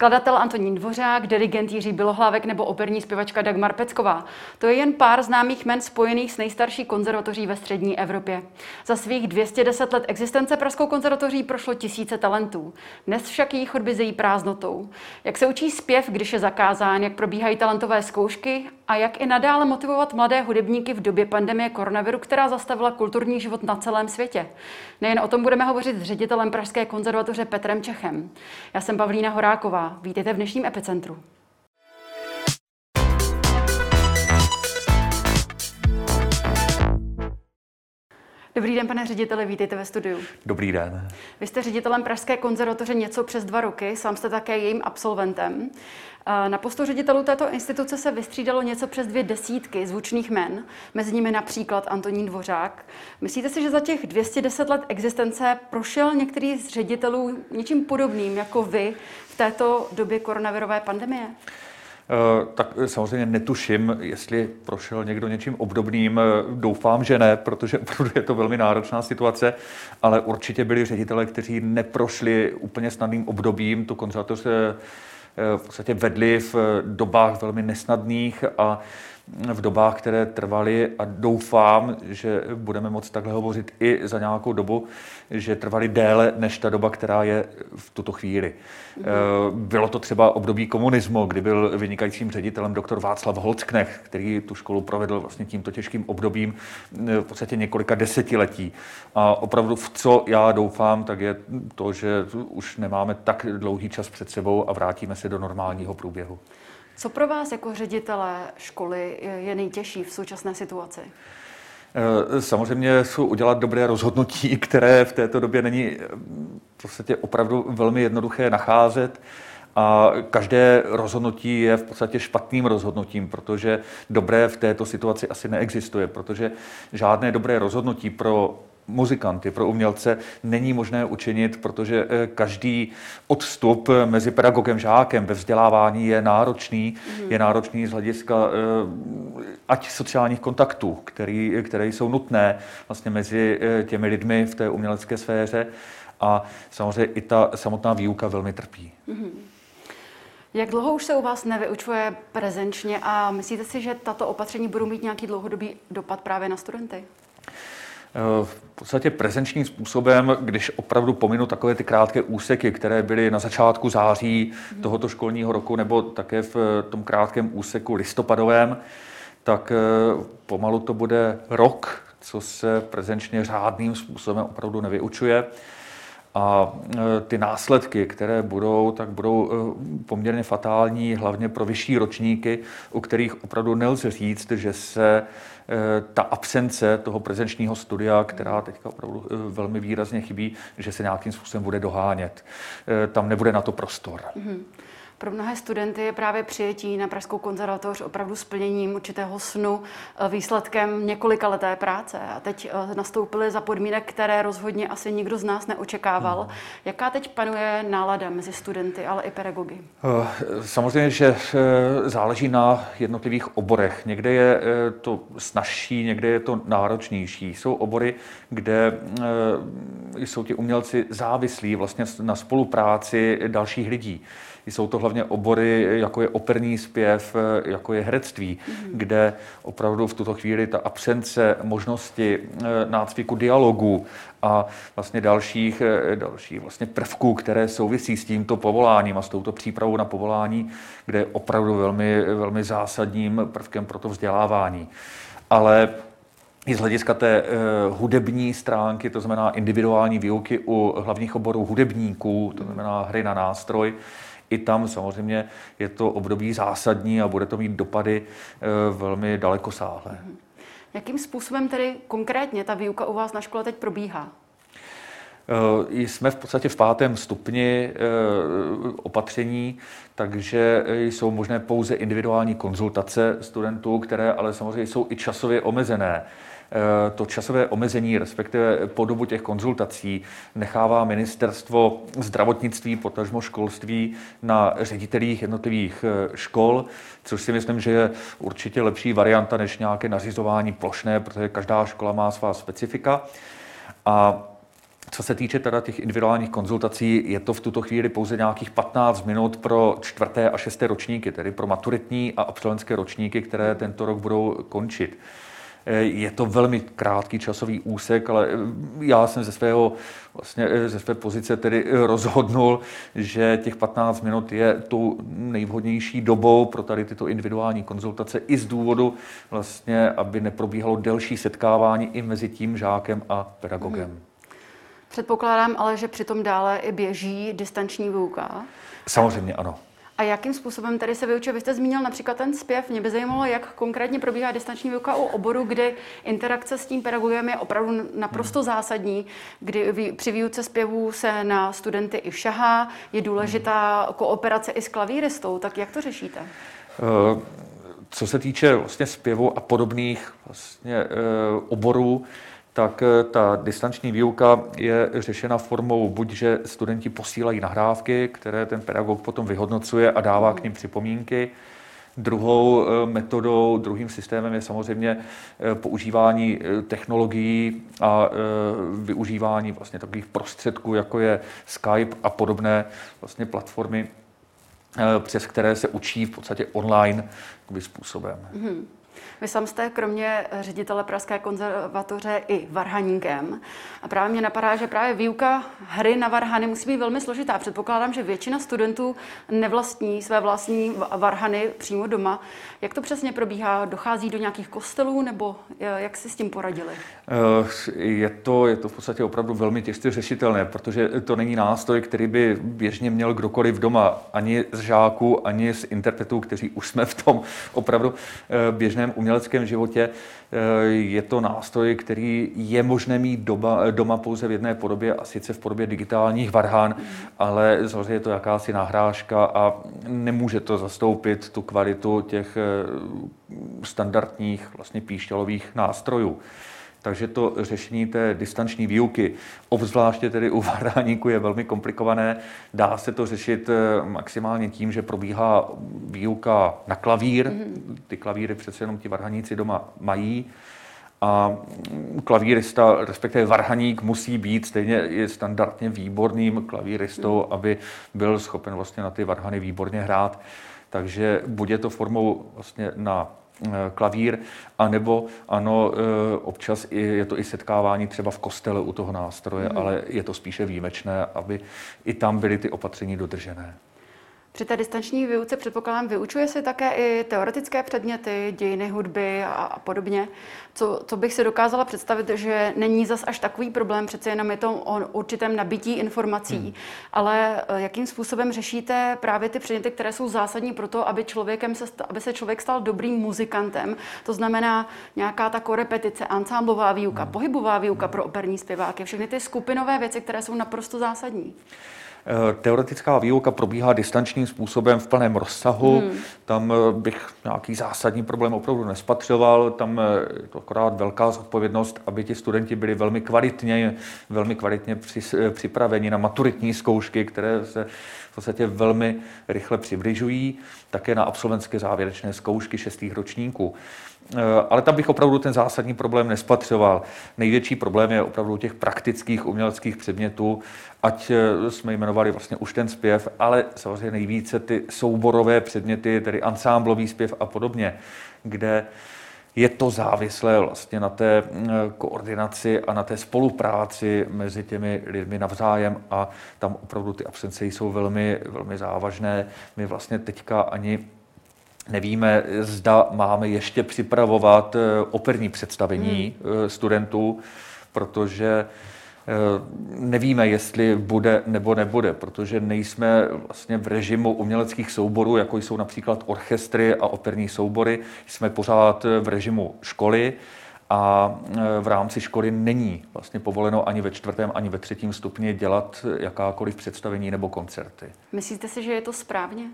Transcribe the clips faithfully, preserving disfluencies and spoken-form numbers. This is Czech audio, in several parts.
Skladatel Antonín Dvořák, dirigent Jiří Bělohlávek nebo operní zpěvačka Dagmar Pecková. To je jen pár známých jmen spojených s nejstarší konzervatoří ve střední Evropě. Za svých dvě stě deset let existence Pražskou konzervatoří prošlo tisíce talentů. Dnes však její chodby zejí prázdnotou. Jak se učí zpěv, když je zakázán, jak probíhají talentové zkoušky a jak i nadále motivovat mladé hudebníky v době pandemie koronaviru, která zastavila kulturní život na celém světě. Nejen o tom budeme hovořit s ředitelem Pražské konzervatoře Petrem Čechem. Já jsem Pavlína Horáková. Vítejte v dnešním Epicentru. Dobrý den, pane řediteli, vítejte ve studiu. Dobrý den. Vy jste ředitelem Pražské konzervatoře něco přes dva roky, sám jste také jejím absolventem. Na postu ředitelů této instituce se vystřídalo něco přes dvě desítky zvučných jmen, mezi nimi například Antonín Dvořák. Myslíte si, že za těch dvě stě deset let existence prošel některý z ředitelů něčím podobným jako vy v této době koronavirové pandemie? Tak samozřejmě netuším, jestli prošel někdo něčím obdobným. Doufám, že ne, protože opravdu je to velmi náročná situace, ale určitě byli ředitelé, kteří neprošli úplně snadným obdobím. Tu konzervatoř v podstatě vedli v dobách velmi nesnadných a v dobách, které trvaly, a doufám, že budeme moct takhle hovořit i za nějakou dobu, že trvaly déle než ta doba, která je v tuto chvíli. Mm. Bylo to třeba období komunismu, kdy byl vynikajícím ředitelem doktor Václav Holcknech, který tu školu provedl vlastně tímto těžkým obdobím v podstatě několika desetiletí. A opravdu v co já doufám, tak je to, že už nemáme tak dlouhý čas před sebou a vrátíme se do normálního průběhu. Co pro vás jako ředitele školy je nejtěžší v současné situaci? Samozřejmě jsou udělat dobré rozhodnutí, které v této době není v podstatě opravdu velmi jednoduché nacházet. A každé rozhodnutí je v podstatě špatným rozhodnutím, protože dobré v této situaci asi neexistuje, protože žádné dobré rozhodnutí pro muzikanty, pro umělce není možné učinit, protože každý odstup mezi pedagogem a žákem ve vzdělávání je náročný, mm. je náročný z hlediska ať sociálních kontaktů, který, které jsou nutné vlastně mezi těmi lidmi v té umělecké sféře, a samozřejmě i ta samotná výuka velmi trpí. Mm. Jak dlouho už se u vás nevyučuje prezenčně a myslíte si, že tato opatření budou mít nějaký dlouhodobý dopad právě na studenty? V podstatě prezenčním způsobem, když opravdu pominu takové ty krátké úseky, které byly na začátku září tohoto školního roku nebo také v tom krátkém úseku listopadovém, tak pomalu to bude rok, co se prezenčně řádným způsobem opravdu nevyučuje. A ty následky, které budou, tak budou poměrně fatální, hlavně pro vyšší ročníky, u kterých opravdu nelze říct, že se ta absence toho prezenčního studia, která teďka opravdu velmi výrazně chybí, že se nějakým způsobem bude dohánět. Tam nebude na to prostor. Mm-hmm. Pro mnohé studenty je právě přijetí na Pražskou konzervatoř opravdu splněním určitého snu, výsledkem několika leté práce. A teď nastoupily za podmínek, které rozhodně asi nikdo z nás neočekával. Hmm. Jaká teď panuje nálada mezi studenty, ale i pedagogy? Samozřejmě, že záleží na jednotlivých oborech. Někde je to snazší, někde je to náročnější. Jsou obory, kde jsou ti umělci závislí vlastně na spolupráci dalších lidí. Jsou to hlavně obory, jako je operní zpěv, jako je herectví, mm. kde opravdu v tuto chvíli ta absence možnosti nácviku dialogu a vlastně dalších, dalších vlastně prvků, které souvisí s tímto povoláním a s touto přípravou na povolání, kde je opravdu velmi, velmi zásadním prvkem pro to vzdělávání. Ale i z hlediska té uh, hudební stránky, to znamená individuální výuky u hlavních oborů hudebníků, to znamená hry na nástroj, i tam samozřejmě je to období zásadní a bude to mít dopady uh, velmi dalekosáhlé. Jakým způsobem tedy konkrétně ta výuka u vás na škole teď probíhá? Jsme v podstatě v pátém stupni opatření, takže jsou možné pouze individuální konzultace studentů, které ale samozřejmě jsou i časově omezené. To časové omezení, respektive podobu těch konzultací, nechává ministerstvo zdravotnictví, potažmo školství na ředitelích jednotlivých škol, což si myslím, že je určitě lepší varianta než nějaké nařizování plošné, protože každá škola má svá specifika. A Co se týče teda těch individuálních konzultací, je to v tuto chvíli pouze nějakých patnáct minut pro čtvrté a šesté ročníky, tedy pro maturitní a absolventské ročníky, které tento rok budou končit. Je to velmi krátký časový úsek, ale já jsem ze svého, vlastně ze své pozice tedy rozhodnul, že těch patnáct minut je tou nejvhodnější dobou pro tady tyto individuální konzultace i z důvodu vlastně, aby neprobíhalo delší setkávání i mezi tím žákem a pedagogem. Hmm. Předpokládám ale, že přitom dále i běží distanční výuka. Samozřejmě ano. A jakým způsobem tady se vyučuje? Vy jste zmínil například ten zpěv. Mě by zajímalo, jak konkrétně probíhá distanční výuka u oboru, kdy interakce s tím pedagogem je opravdu naprosto hmm. zásadní, kdy při výuce zpěvů se na studenty i šahá, je důležitá hmm. kooperace i s klavíristou. Tak jak to řešíte? Uh, co se týče vlastně zpěvu a podobných vlastně, uh, oborů, tak ta distanční výuka je řešena formou buď, že studenti posílají nahrávky, které ten pedagog potom vyhodnocuje a dává k nim připomínky. Druhou metodou, druhým systémem je samozřejmě používání technologií a využívání vlastně takových prostředků, jako je Skype a podobné vlastně platformy, přes které se učí v podstatě online způsobem. Mm-hmm. Vy sám jste kromě ředitele Pražské konzervatoře i varhaníkem. A právě mě napadá, že právě výuka hry na varhany musí být velmi složitá. Předpokládám, že většina studentů nevlastní své vlastní varhany přímo doma. Jak to přesně probíhá? Dochází do nějakých kostelů nebo jak si s tím poradili? Je to, je to v podstatě opravdu velmi těžce řešitelné, protože to není nástroj, který by běžně měl kdokoliv doma, ani z žáků, ani z interpretů, kteří už jsme v tom opravdu běžném uměleckém životě. Je to nástroj, který je možné mít doma, doma pouze v jedné podobě, a sice v podobě digitálních varhan, mm. ale samozřejmě je to jakási nahrážka a nemůže to zastoupit tu kvalitu těch standardních vlastně píšťalových nástrojů. Takže to řešení té distanční výuky, obzvláště tedy u varhaníků, je velmi komplikované. Dá se to řešit maximálně tím, že probíhá výuka na klavír. Ty klavíry přece jenom ti varhaníci doma mají. A klavírista, respektive varhaník, musí být stejně i standardně výborným klavíristou, aby byl schopen vlastně na ty varhany výborně hrát. Takže bude to formou vlastně na klavír, anebo ano, občas je to i setkávání třeba v kostele u toho nástroje, mm. ale je to spíše výjimečné, aby i tam byly ty opatření dodržené. Při té distanční výuce předpokládám, vyučuje se také i teoretické předměty, dějiny hudby a, a podobně. Co, co bych si dokázala představit, že není zas až takový problém, přece jenom je to o určitém nabití informací, hmm. ale jakým způsobem řešíte právě ty předměty, které jsou zásadní pro to, aby, člověkem se, aby se člověk stal dobrým muzikantem, to znamená nějaká ta korepetice, ansámblová výuka, hmm. pohybová výuka hmm. pro operní zpěváky, všechny ty skupinové věci, které jsou naprosto zásadní. Teoretická výuka probíhá distančním způsobem v plném rozsahu. Hmm. Tam bych nějaký zásadní problém opravdu nespatřoval. Tam je to akorát velká zodpovědnost, aby ti studenti byli velmi kvalitně, velmi kvalitně připraveni na maturitní zkoušky, které se v podstatě velmi rychle přibližují, také na absolventské závěrečné zkoušky šestých ročníků. Ale tam bych opravdu ten zásadní problém nespatřoval. Největší problém je opravdu těch praktických uměleckých předmětů, ať jsme jmenovali vlastně už ten zpěv, ale samozřejmě nejvíce ty souborové předměty, tedy ansámblový zpěv a podobně, kde je to závislé vlastně na té koordinaci a na té spolupráci mezi těmi lidmi navzájem a tam opravdu ty absence jsou velmi, velmi závažné. My vlastně teďka ani nevíme, zda máme ještě připravovat operní představení hmm. studentů, protože nevíme, jestli bude nebo nebude, protože nejsme vlastně v režimu uměleckých souborů, jako jsou například orchestry a operní soubory. Jsme pořád v režimu školy a v rámci školy není vlastně povoleno ani ve čtvrtém, ani ve třetím stupni dělat jakákoliv představení nebo koncerty. Myslíte si, že je to správně?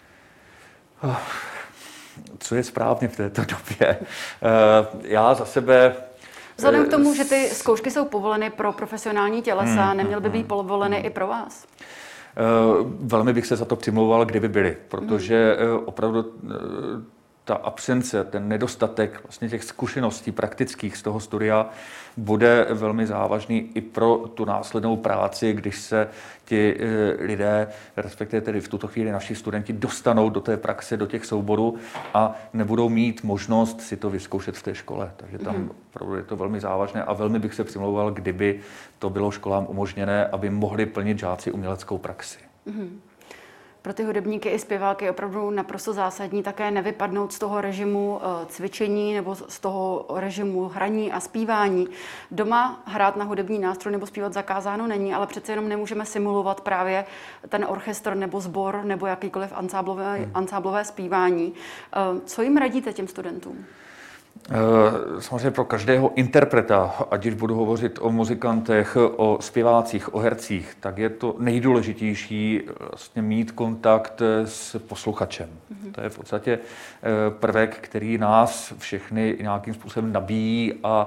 Co je správně v této době? Já za sebe... Vzhledem k tomu, že ty zkoušky jsou povoleny pro profesionální tělesa, hmm, neměly by být povoleny hmm. i pro vás? Velmi bych se za to přimlouval, kdyby byly, protože hmm. opravdu ta absence, ten nedostatek vlastně těch zkušeností praktických z toho studia bude velmi závažný i pro tu následnou práci, když se ti lidé, respektive tedy v tuto chvíli naši studenti, dostanou do té praxe, do těch souborů a nebudou mít možnost si to vyzkoušet v té škole. Takže tam opravdu je to velmi závažné a velmi bych se přimlouval, kdyby to bylo školám umožněné, aby mohli plnit žáci uměleckou praxi. Mm-hmm. Pro ty hudebníky i zpěváky je opravdu naprosto zásadní také nevypadnout z toho režimu cvičení nebo z toho režimu hraní a zpívání. Doma hrát na hudební nástroj nebo zpívat zakázáno není, ale přece jenom nemůžeme simulovat právě ten orchestr nebo sbor nebo jakýkoliv ansáblové, hmm. ansáblové zpívání. Co jim radíte těm studentům? Samozřejmě pro každého interpreta, ať už budu hovořit o muzikantech, o zpěvácích, o hercích, tak je to nejdůležitější vlastně mít kontakt s posluchačem. Mm-hmm. To je v podstatě prvek, který nás všechny nějakým způsobem nabíjí a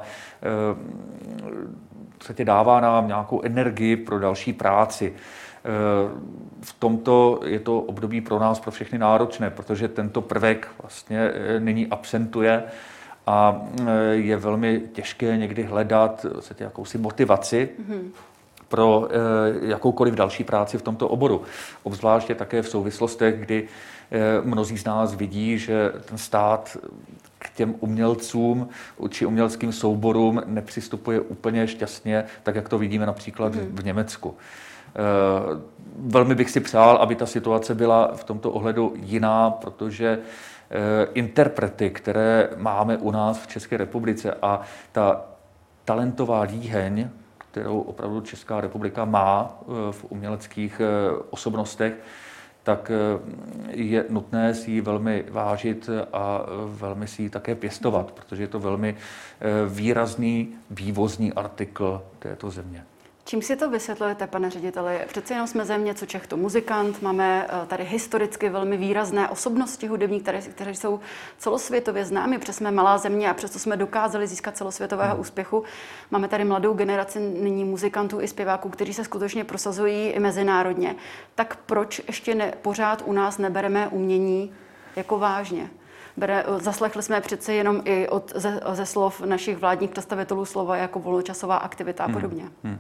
v podstatě dává nám nějakou energii pro další práci. V tomto je to období pro nás, pro všechny náročné, protože tento prvek vlastně nyní absentuje a je velmi těžké někdy hledat vlastně jakousi motivaci mm-hmm. pro jakoukoliv další práci v tomto oboru. Obzvláště také v souvislostech, kdy mnozí z nás vidí, že ten stát k těm umělcům či uměleckým souborům nepřistupuje úplně šťastně, tak jak to vidíme například mm-hmm. v Německu. Velmi bych si přál, aby ta situace byla v tomto ohledu jiná, protože interprety, které máme u nás v České republice a ta talentová líheň, kterou opravdu Česká republika má v uměleckých osobnostech, tak je nutné si ji velmi vážit a velmi si ji také pěstovat, protože je to velmi výrazný vývozní artikl této země. Čím si to vysvětlujete, pane řediteli? Přece jenom jsme země, co Čech to muzikant, máme tady historicky velmi výrazné osobnosti hudební, které, které jsou celosvětově známy, protože jsme malá země a přesto jsme dokázali získat celosvětového hmm. úspěchu. Máme tady mladou generaci nyní muzikantů i zpěváků, kteří se skutečně prosazují i mezinárodně. Tak proč ještě ne, pořád u nás nebereme umění jako vážně? Bere, zaslechli jsme přece jenom i od, ze, ze slov našich vládních představitelů slova jako volnočasová aktivita a podobně. Hmm.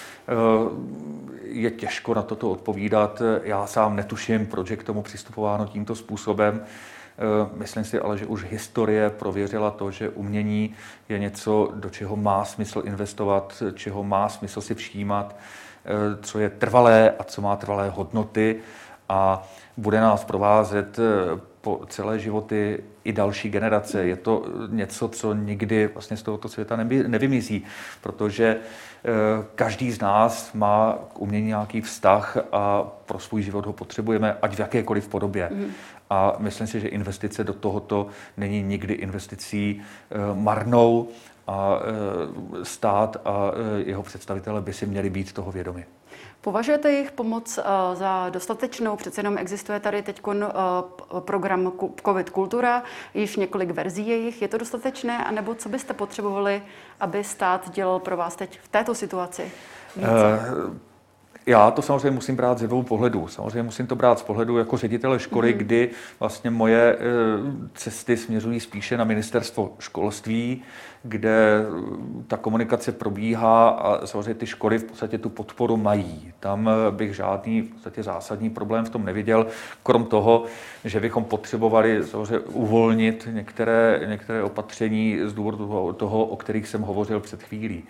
Hmm. Je těžko na toto odpovídat. Já sám netuším, proč je k tomu přistupováno tímto způsobem. Myslím si ale, že už historie prověřila to, že umění je něco, do čeho má smysl investovat, čeho má smysl si všímat, co je trvalé a co má trvalé hodnoty a bude nás provázet po celé životy i další generace. Je to něco, co nikdy vlastně z tohoto světa nevymizí, protože každý z nás má k umění nějaký vztah a pro svůj život ho potřebujeme, ať v jakékoliv podobě. Mm. A myslím si, že investice do tohoto není nikdy investicí marnou a stát a jeho představitelé by si měli být toho vědomi. Považujete jejich pomoc za dostatečnou? Přece jenom existuje tady teď program COVID Kultura, již několik verzí jejich. Je to dostatečné? A nebo co byste potřebovali, aby stát dělal pro vás teď v této situaci více? Uh... Já to samozřejmě musím brát ze dvou pohledů. Samozřejmě musím to brát z pohledu jako ředitele školy, mm. kdy vlastně moje cesty směřují spíše na ministerstvo školství, kde ta komunikace probíhá a samozřejmě ty školy v podstatě tu podporu mají. Tam bych žádný v podstatě zásadní problém v tom neviděl, krom toho, že bychom potřebovali samozřejmě uvolnit některé, některé opatření z důvodu toho, toho, o kterých jsem hovořil před chvílí.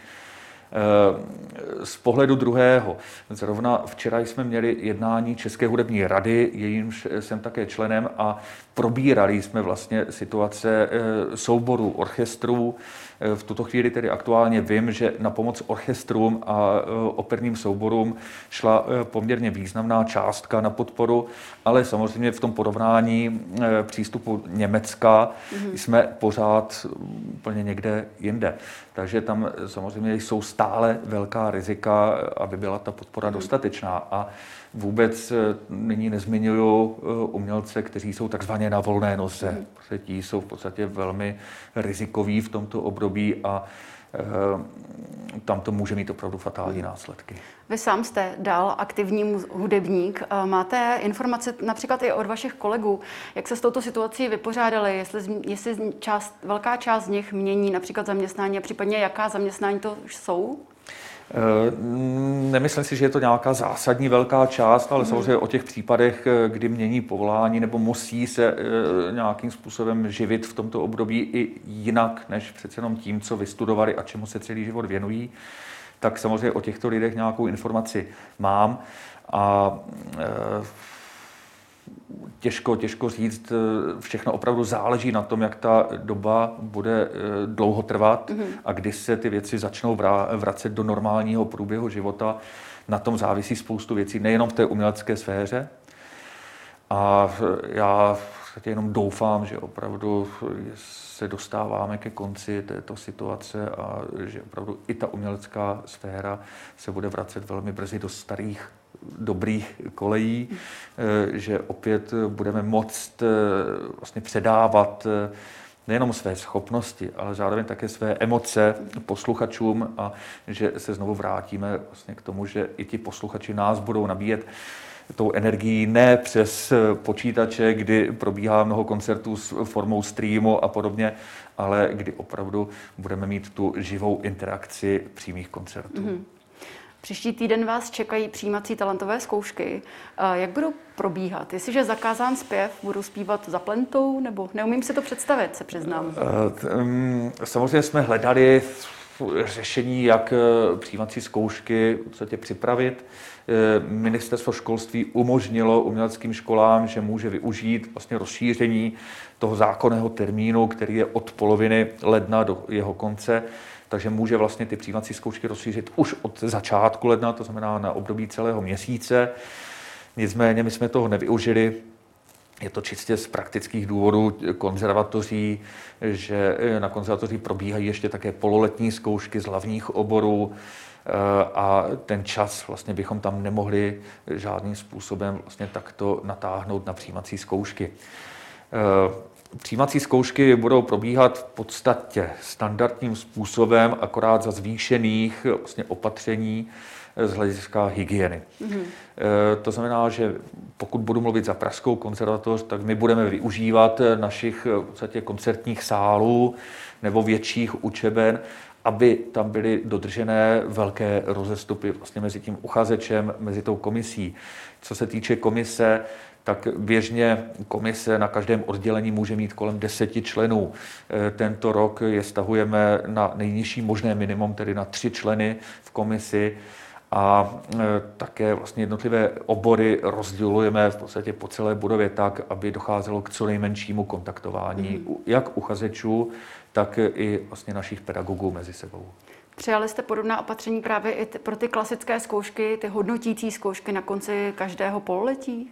Z pohledu druhého, zrovna včera jsme měli jednání České hudební rady, jejímž jsem také členem a probírali jsme vlastně situace souborů, orchestrů. V tuto chvíli tedy aktuálně vím, že na pomoc orchestrům a operním souborům šla poměrně významná částka na podporu, ale samozřejmě v tom porovnání přístupu Německa mm-hmm. jsme pořád úplně někde jinde. Takže tam samozřejmě jsou stále velká rizika, aby byla ta podpora mm-hmm. dostatečná. A Vůbec nyní nezmiňuju umělce, kteří jsou takzvaně na volné noze. Mm. Ti jsou v podstatě velmi rizikoví v tomto období a tam to může mít opravdu fatální následky. Vy sám jste dál aktivní hudebník. Máte informace například i od vašich kolegů, jak se s touto situací vypořádali, jestli, jestli část, velká část z nich mění například zaměstnání a případně jaká zaměstnání to už jsou? Nemyslím si, že je to nějaká zásadní velká část, ale mm. samozřejmě o těch případech, kdy mění povolání nebo musí se nějakým způsobem živit v tomto období i jinak, než přece jenom tím, co vystudovali a čemu se celý život věnují, tak samozřejmě o těchto lidech nějakou informaci mám a Těžko, těžko říct, všechno opravdu záleží na tom, jak ta doba bude dlouho trvat mm-hmm. a kdy se ty věci začnou vracet do normálního průběhu života. Na tom závisí spoustu věcí, nejenom v té umělecké sféře. A já jenom doufám, že opravdu se dostáváme ke konci této situace a že opravdu i ta umělecká sféra se bude vracet velmi brzy do starých dobrých kolejí, že opět budeme moct vlastně předávat nejenom své schopnosti, ale zároveň také své emoce posluchačům a že se znovu vrátíme vlastně k tomu, že i ti posluchači nás budou nabíjet tou energií ne přes počítače, kdy probíhá mnoho koncertů s formou streamu a podobně, ale kdy opravdu budeme mít tu živou interakci přímých koncertů. Mm-hmm. Příští týden vás čekají přijímací talentové zkoušky. Jak budou probíhat? Jestliže zakázán zpěv, budu zpívat za plentou, nebo neumím si to představit, se přiznám. Samozřejmě jsme hledali řešení, jak přijímací zkoušky v podstatě připravit. Ministerstvo školství umožnilo uměleckým školám, že může využít vlastně rozšíření toho zákonného termínu, který je od poloviny ledna do jeho konce. Takže může vlastně ty přijímací zkoušky rozšířit už od začátku ledna, to znamená na období celého měsíce. Nicméně my jsme toho nevyužili. Je to čistě z praktických důvodů konzervatoří, že na konzervatoří probíhají ještě také pololetní zkoušky z hlavních oborů a ten čas vlastně bychom tam nemohli žádným způsobem vlastně takto natáhnout na přijímací zkoušky. Přijímací zkoušky budou probíhat v podstatě standardním způsobem, akorát za zvýšených vlastně opatření z hlediska hygieny. Mm-hmm. To znamená, že pokud budu mluvit za Pražskou konzervatoř, tak my budeme využívat našich v podstatě koncertních sálů nebo větších učeben, aby tam byly dodržené velké rozestupy vlastně mezi tím uchazečem, mezi tou komisí. Co se týče komise, tak běžně komise na každém oddělení může mít kolem deseti členů. Tento rok je stahujeme na nejnižší možné minimum, tedy na tři členy v komisi a také vlastně jednotlivé obory rozdělujeme v podstatě po celé budově tak, aby docházelo k co nejmenšímu kontaktování mm. jak uchazečů, tak i vlastně našich pedagogů mezi sebou. Přijali jste podobná opatření právě i pro ty klasické zkoušky, ty hodnotící zkoušky na konci každého pololetí?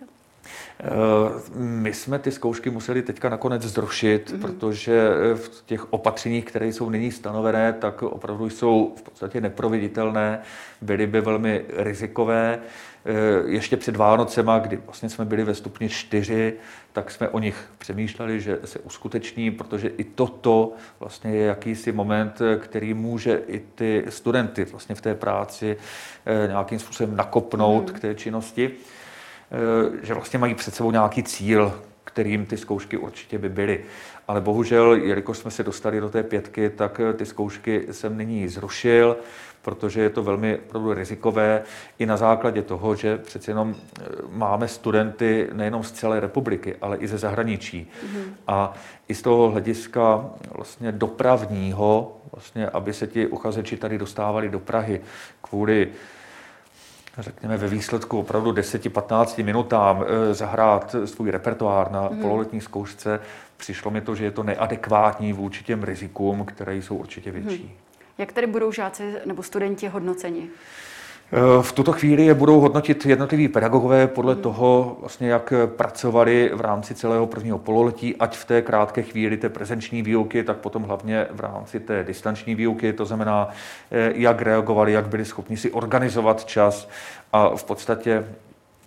My jsme ty zkoušky museli teďka nakonec zrušit, mm-hmm. protože v těch opatřeních, které jsou nyní stanovené, tak opravdu jsou v podstatě neproveditelné, byly by velmi rizikové. Ještě před Vánocema, kdy vlastně jsme byli ve stupni čtyři, tak jsme o nich přemýšleli, že se uskuteční, protože i toto vlastně je jakýsi moment, který může i ty studenty vlastně v té práci nějakým způsobem nakopnout mm. k té činnosti, že vlastně mají před sebou nějaký cíl, kterým ty zkoušky určitě by byly. Ale bohužel, jelikož jsme se dostali do té pětky, tak ty zkoušky jsem nyní zrušil, protože je to velmi opravdu rizikové i na základě toho, že přece jenom máme studenty nejenom z celé republiky, ale i ze zahraničí. Mm-hmm. A i z toho hlediska vlastně dopravního, vlastně, aby se ti uchazeči tady dostávali do Prahy kvůli řekněme ve výsledku opravdu deset až patnáct minutám zahrát svůj repertoár na mm. pololetní zkoušce, přišlo mi to, že je to neadekvátní vůči těm rizikům, které jsou určitě větší. Mm. Jak tedy budou žáci nebo studenti hodnoceni? V tuto chvíli je budou hodnotit jednotliví pedagogové podle mm. toho, vlastně, jak pracovali v rámci celého prvního pololetí, ať v té krátké chvíli té prezenční výuky, tak potom hlavně v rámci té distanční výuky, to znamená, jak reagovali, jak byli schopni si organizovat čas a v podstatě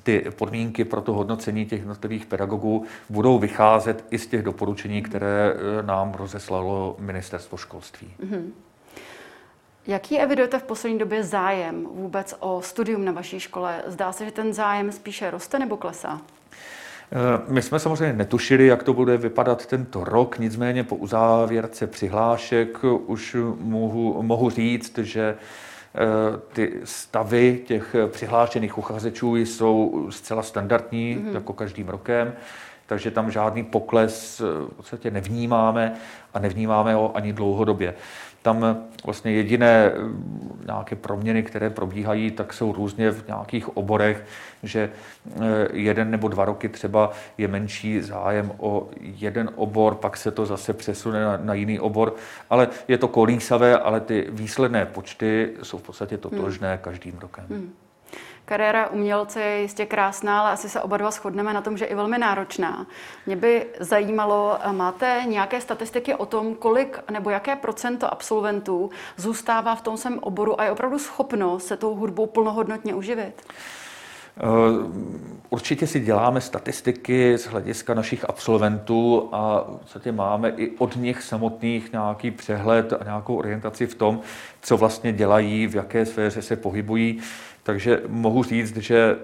ty podmínky pro to hodnocení těch jednotlivých pedagogů budou vycházet i z těch doporučení, které nám rozeslalo Ministerstvo školství. Mm-hmm. Jaký evidujete v poslední době zájem vůbec o studium na vaší škole? Zdá se, že ten zájem spíše roste nebo klesá? My jsme samozřejmě netušili, jak to bude vypadat tento rok, nicméně po uzávěrce přihlášek už mohu, mohu říct, že ty stavy těch přihlášených uchazečů jsou zcela standardní, mm-hmm. jako každým rokem, takže tam žádný pokles v podstatě nevnímáme a nevnímáme ho ani dlouhodobě. Tam vlastně jediné nějaké proměny, které probíhají, tak jsou různě v nějakých oborech, že jeden nebo dva roky třeba je menší zájem o jeden obor, pak se to zase přesune na, na jiný obor, ale je to kolísavé, ale ty výsledné počty jsou v podstatě totožné hmm. každým rokem. Hmm. Kariéra umělce je jistě krásná, ale asi se oba dva shodneme na tom, že i velmi náročná. Mě by zajímalo, máte nějaké statistiky o tom, kolik nebo jaké procento absolventů zůstává v tom svém oboru a je opravdu schopno se tou hudbou plnohodnotně uživit? Určitě si děláme statistiky z hlediska našich absolventů a v podstatě máme i od nich samotných nějaký přehled a nějakou orientaci v tom, co vlastně dělají, v jaké sféře se pohybují. Takže mohu říct, že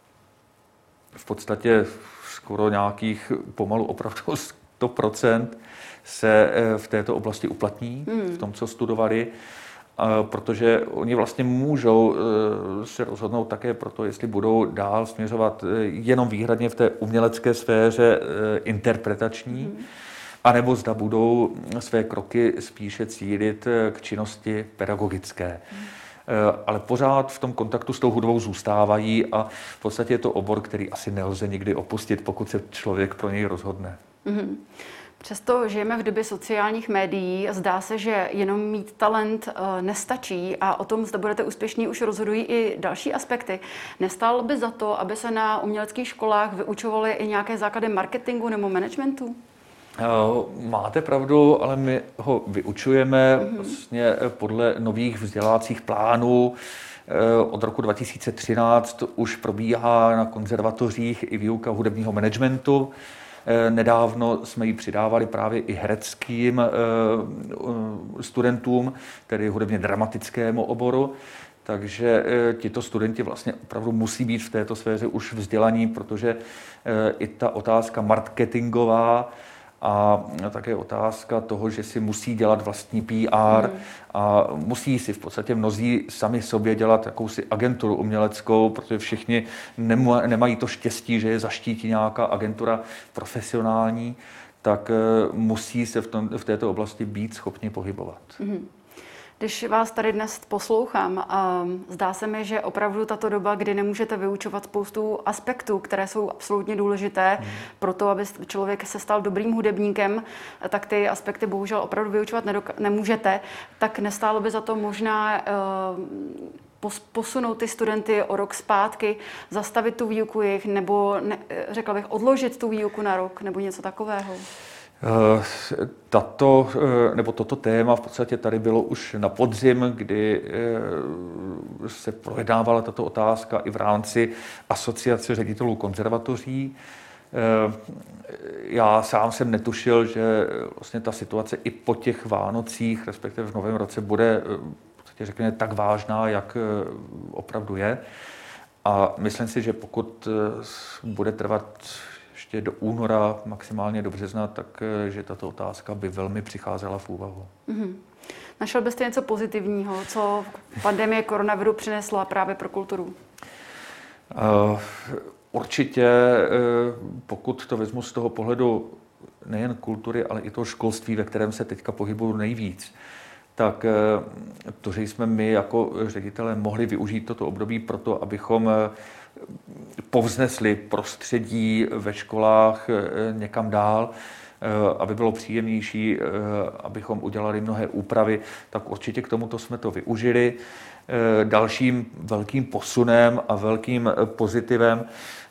v podstatě skoro nějakých pomalu opravdu sto procent se v této oblasti uplatní, hmm. v tom, co studovali, protože oni vlastně můžou se rozhodnout také pro to, jestli budou dál směřovat jenom výhradně v té umělecké sféře interpretační, hmm. anebo zda budou své kroky spíše cílit k činnosti pedagogické. Hmm. Ale pořád v tom kontaktu s tou hudbou zůstávají a v podstatě je to obor, který asi nelze nikdy opustit, pokud se člověk pro něj rozhodne. Mm-hmm. Přesto žijeme v době sociálních médií a zdá se, že jenom mít talent uh, nestačí a o tom, zda budete úspěšní, už rozhodují i další aspekty. Nestálo by za to, aby se na uměleckých školách vyučovaly i nějaké základy marketingu nebo managementu? Máte pravdu, ale my ho vyučujeme vlastně podle nových vzdělávacích plánů. Od roku dva tisíce třináct už probíhá na konzervatořích i výuka hudebního managementu. Nedávno jsme ji přidávali právě i hereckým studentům, tedy hudebně dramatickému oboru. Takže tito studenti vlastně opravdu musí být v této sféře už vzdělaní, protože i ta otázka marketingová a také otázka toho, že si musí dělat vlastní P R hmm. a musí si v podstatě mnozí sami sobě dělat jakousi agenturu uměleckou, protože všichni nemají to štěstí, že je zaštítí nějaká agentura profesionální, tak musí se v, tom, v této oblasti být schopni pohybovat. Hmm. Když vás tady dnes poslouchám, zdá se mi, že opravdu tato doba, kdy nemůžete vyučovat spoustu aspektů, které jsou absolutně důležité hmm. pro to, aby člověk se stal dobrým hudebníkem, tak ty aspekty bohužel opravdu vyučovat nedoka- nemůžete, tak nestálo by za to možná uh, posunout ty studenty o rok zpátky, zastavit tu výuku jejich, nebo ne, řekla bych odložit tu výuku na rok, nebo něco takového? Tato, nebo toto téma v podstatě tady bylo už na podzim, kdy se projednávala tato otázka i v rámci Asociace ředitelů konzervatoří. Já sám jsem netušil, že vlastně ta situace i po těch Vánocích, respektive v Novém roce, bude v podstatě řekněme tak vážná, jak opravdu je. A myslím si, že pokud bude trvat ještě do února, maximálně do března, tak že tato otázka by velmi přicházela v úvahu. Mm-hmm. Našel byste něco pozitivního, co pandemie koronaviru přinesla právě pro kulturu? Uh, určitě, uh, pokud to vezmu z toho pohledu nejen kultury, ale i toho školství, ve kterém se teďka pohybuju nejvíc, tak uh, to, že jsme my jako ředitelé mohli využít toto období proto, abychom uh, povznesli prostředí ve školách někam dál, aby bylo příjemnější, abychom udělali mnohé úpravy, tak určitě k tomuto jsme to využili. Dalším velkým posunem a velkým pozitivem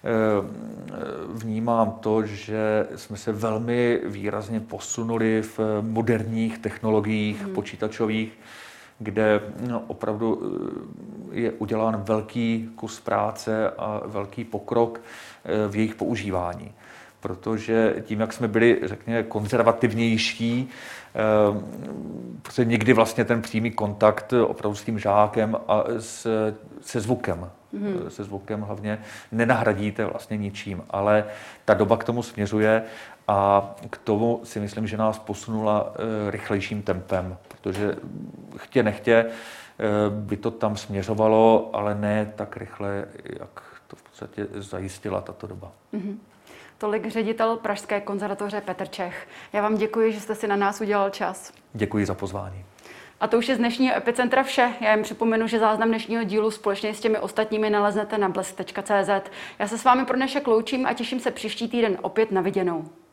vnímám to, že jsme se velmi výrazně posunuli v moderních technologiích hmm. počítačových, kde no, opravdu je udělán velký kus práce a velký pokrok v jejich používání. Protože tím, jak jsme byli, řekněme, konzervativnější, protože někdy vlastně ten přímý kontakt opravdu s tím žákem a s, se zvukem, mm. se zvukem hlavně nenahradíte vlastně ničím, ale ta doba k tomu směřuje a k tomu si myslím, že nás posunula rychlejším tempem, protože chtě nechtě by to tam směřovalo, ale ne tak rychle, jak to v podstatě zajistila tato doba. Mm. Tolik ředitel Pražské konzervatoře Petr Čech. Já vám děkuji, že jste si na nás udělal čas. Děkuji za pozvání. A to už je z dnešního Epicentra vše. Já jen připomenu, že záznam dnešního dílu společně s těmi ostatními naleznete na blesk tečka cé zet. Já se s vámi pro dnešek loučím a těším se příští týden opět na viděnou.